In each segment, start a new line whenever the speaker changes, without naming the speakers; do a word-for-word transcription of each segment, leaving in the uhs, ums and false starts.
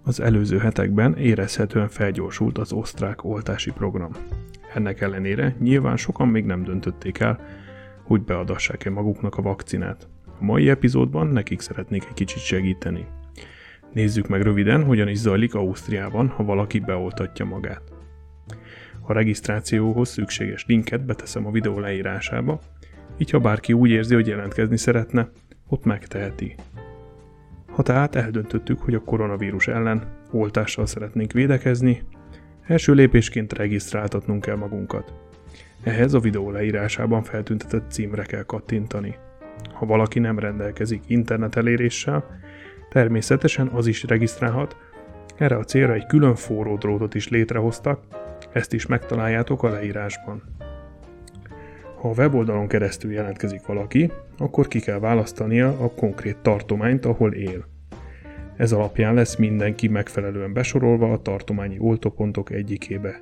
Az előző hetekben érezhetően felgyorsult az osztrák oltási program. Ennek ellenére nyilván sokan még nem döntötték el, hogy beadassák-e maguknak a vakcinát. A mai epizódban nekik szeretnék egy kicsit segíteni. Nézzük meg röviden, hogyan is zajlik Ausztriában, ha valaki beoltatja magát. A regisztrációhoz szükséges linket beteszem a videó leírásába, így ha bárki úgy érzi, hogy jelentkezni szeretne, ott megteheti. Ha tehát eldöntöttük, hogy a koronavírus ellen oltással szeretnénk védekezni, első lépésként regisztráltatnunk kell magunkat. Ehhez a videó leírásában feltüntetett címre kell kattintani. Ha valaki nem rendelkezik internet eléréssel, természetesen az is regisztrálhat, erre a célra egy külön forródrótot is létrehoztak, ezt is megtaláljátok a leírásban. Ha a weboldalon keresztül jelentkezik valaki, akkor ki kell választania a konkrét tartományt, ahol él. Ez alapján lesz mindenki megfelelően besorolva a tartományi oltópontok egyikébe.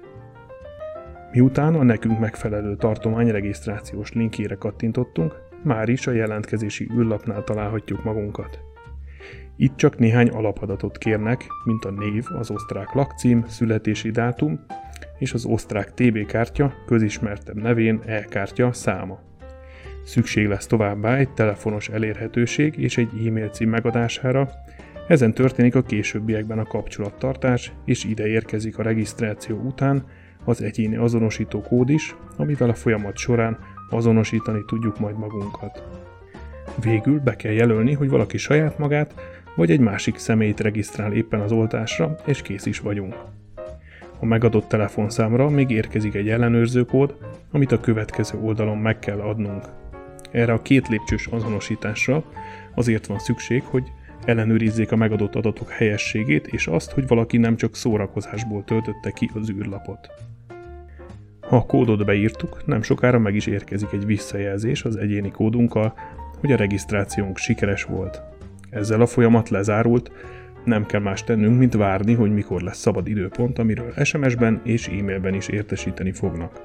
Miután a nekünk megfelelő tartomány regisztrációs linkjére kattintottunk, már is a jelentkezési űrlapnál találhatjuk magunkat. Itt csak néhány alapadatot kérnek, mint a név, az osztrák lakcím, születési dátum és az osztrák té bé kártya közismertebb nevén e-kártya száma. Szükség lesz továbbá egy telefonos elérhetőség és egy e-mail cím megadására, ezen történik a későbbiekben a kapcsolattartás, és ide érkezik a regisztráció után az egyéni azonosító kód is, amivel a folyamat során azonosítani tudjuk majd magunkat. Végül be kell jelölni, hogy valaki saját magát, vagy egy másik személyt regisztrál éppen az oltásra, és kész is vagyunk. A megadott telefonszámra még érkezik egy ellenőrzőkód, amit a következő oldalon meg kell adnunk. Erre a két lépcsős azonosításra azért van szükség, hogy ellenőrizzék a megadott adatok helyességét, és azt, hogy valaki nem csak szórakozásból töltötte ki az űrlapot. Ha a kódot beírtuk, nem sokára meg is érkezik egy visszajelzés az egyéni kódunkkal, hogy a regisztrációnk sikeres volt. Ezzel a folyamat lezárult, nem kell más tennünk, mint várni, hogy mikor lesz szabad időpont, amiről es em es-ben és e-mailben is értesíteni fognak.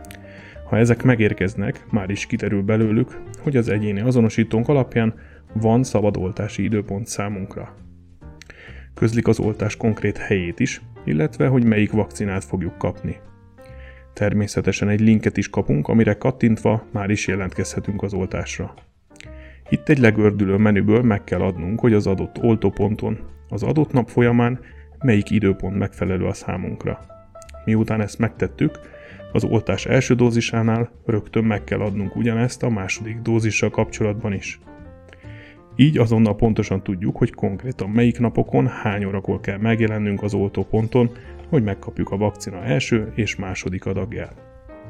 Ha ezek megérkeznek, már is kiderül belőlük, hogy az egyéni azonosítónk alapján van szabad oltási időpont számunkra. Közlik az oltás konkrét helyét is, illetve hogy melyik vakcinát fogjuk kapni. Természetesen egy linket is kapunk, amire kattintva már is jelentkezhetünk az oltásra. Itt egy legördülő menüből meg kell adnunk, hogy az adott oltóponton, az adott nap folyamán melyik időpont megfelelő a számunkra. Miután ezt megtettük, az oltás első dózisánál rögtön meg kell adnunk ugyanezt a második dózissal kapcsolatban is. Így azonnal pontosan tudjuk, hogy konkrétan melyik napokon hány órakor kell megjelennünk az oltóponton, hogy megkapjuk a vakcina első és második adagját.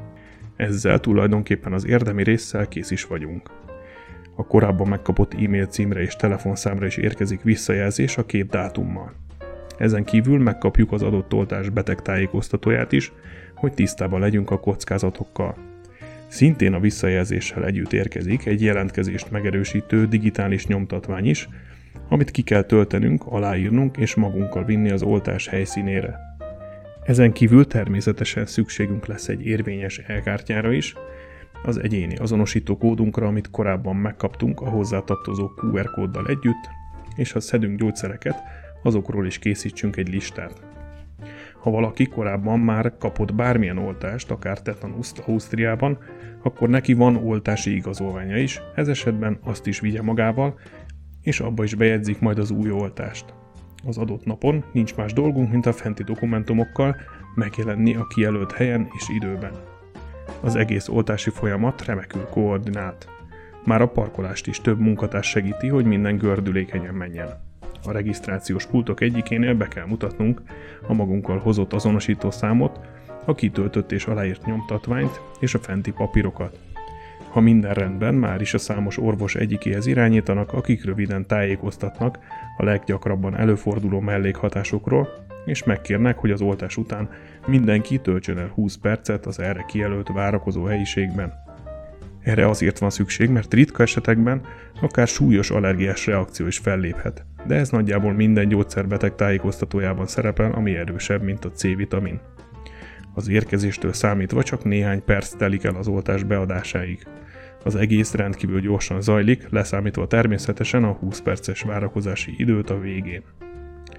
Ezzel tulajdonképpen az érdemi résszel kész is vagyunk. A korábban megkapott e-mail címre és telefonszámra is érkezik visszajelzés a két dátummal. Ezen kívül megkapjuk az adott oltás betegtájékoztatóját is, hogy tisztában legyünk a kockázatokkal. Szintén a visszajelzéssel együtt érkezik egy jelentkezést megerősítő digitális nyomtatvány is, amit ki kell töltenünk, aláírnunk és magunkkal vinni az oltás helyszínére. Ezen kívül természetesen szükségünk lesz egy érvényes e-kártyára is, az egyéni azonosító kódunkra, amit korábban megkaptunk a hozzátartozó kú er kóddal együtt, és ha szedünk gyógyszereket, azokról is készítsünk egy listát. Ha valaki korábban már kapott bármilyen oltást, akár tetanuszt Ausztriában, akkor neki van oltási igazolványa is, ez esetben azt is vigye magával, és abba is bejegyzik majd az új oltást. Az adott napon nincs más dolgunk, mint a fenti dokumentumokkal megjelenni a kijelölt helyen és időben. Az egész oltási folyamat remekül koordinált. Már a parkolást is több munkatárs segíti, hogy minden gördülékenyen menjen. A regisztrációs pultok egyikénél be kell mutatnunk a magunkkal hozott azonosító számot, a kitöltött és aláírt nyomtatványt és a fenti papírokat. Ha minden rendben, már is a számos orvos egyikéhez irányítanak, akik röviden tájékoztatnak a leggyakrabban előforduló mellékhatásokról, és megkérnek, hogy az oltás után mindenki töltsön el húsz percet az erre kijelölt várakozó helyiségben. Erre azért van szükség, mert ritka esetekben akár súlyos allergiás reakció is felléphet, de ez nagyjából minden gyógyszerbeteg tájékoztatójában szerepel, ami erősebb, mint a C-vitamin. Az érkezéstől számítva csak néhány perc telik el az oltás beadásáig. Az egész rendkívül gyorsan zajlik, leszámítva természetesen a húsz perces várakozási időt a végén.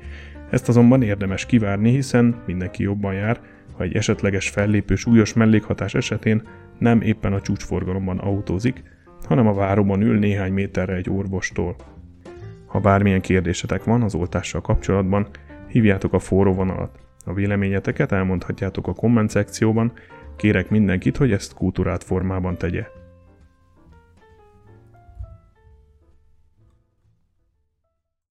Ezt azonban érdemes kivárni, hiszen mindenki jobban jár, ha egy esetleges fellépő súlyos mellékhatás esetén nem éppen a csúcsforgalomban autózik, hanem a váróban ül néhány méterre egy orvostól. Ha bármilyen kérdésetek van az oltással kapcsolatban, hívjátok a forró vonalat. A véleményeteket elmondhatjátok a komment szekcióban, kérek mindenkit, hogy ezt kultúrált formában tegye.